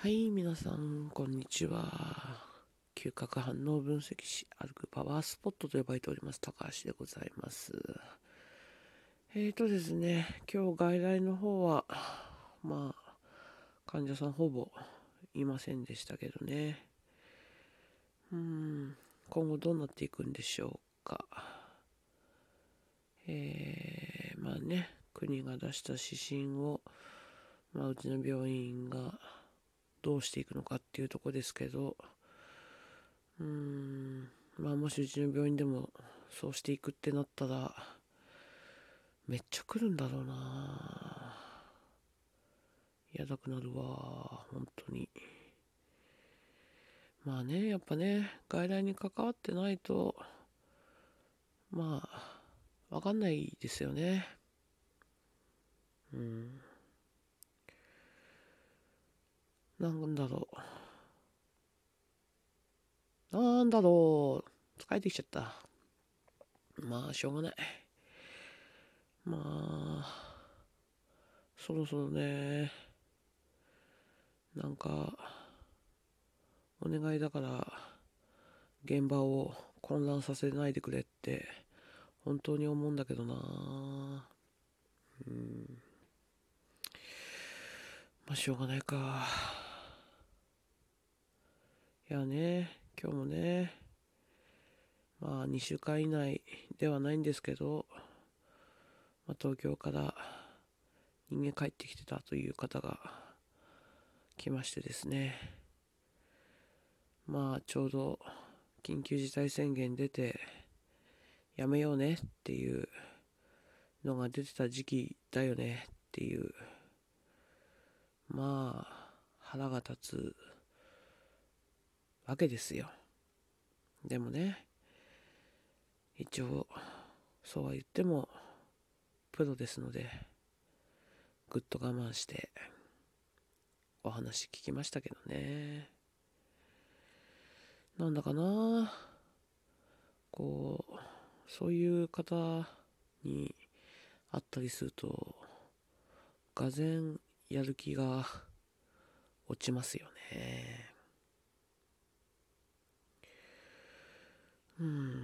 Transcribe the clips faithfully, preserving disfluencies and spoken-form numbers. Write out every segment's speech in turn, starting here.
はい、皆さん、こんにちは。嗅覚反応分析士、歩くパワースポットと呼ばれております、高橋でございます。えーとですね、今日外来の方は、まあ、患者さんほぼいませんでしたけどね。うーん、今後どうなっていくんでしょうか。えー、まあね、国が出した指針を、まあ、うちの病院がどうしていくのかっていうところですけど、うーん、まあもしうちの病院でもそうしていくってなったら、めっちゃ来るんだろうな。嫌だくなるわ、本当に。まあね、やっぱね、外来に関わってないと、まあ、わかんないですよね。うん。なんだろう。なんだろう。疲れてきちゃった。まあ、しょうがない。まあ、そろそろね、なんか、お願いだから、現場を混乱させないでくれって本当に思うんだけどな。うん。まあしょうがないか。いやね、今日もね、まあにしゅうかん以内ではないんですけど、まあ、東京から人間帰ってきてたという方が来ましてですね、まあちょうど緊急事態宣言出てやめようねっていうのが出てた時期だよねっていう、まあ腹が立つわけですよ。でもね、一応そうは言ってもプロですので、ぐっと我慢してお話聞きましたけどね。なんだかな、こうそういう方に会ったりすると、がぜんやる気が落ちますよね。うん。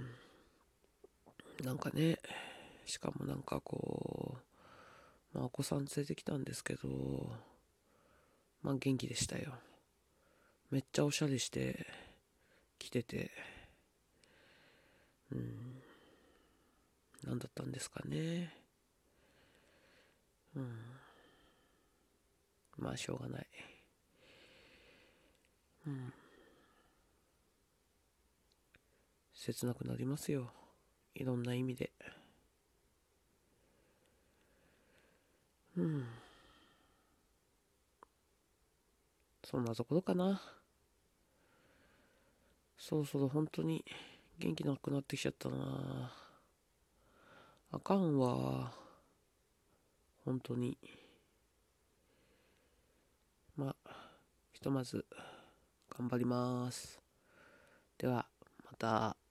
なんかね、しかもなんかこう、まあお子さん連れてきたんですけど、まあ元気でしたよ。めっちゃおしゃれして来てて、うん、何だったんですかね。うん、まあしょうがない。うん、切なくなりますよ。いろんな意味で。うん、そんなところかな。そろそろ本当に元気なくなってきちゃったな。あかんわ。本当に。まあ、ひとまず頑張ります。では、また。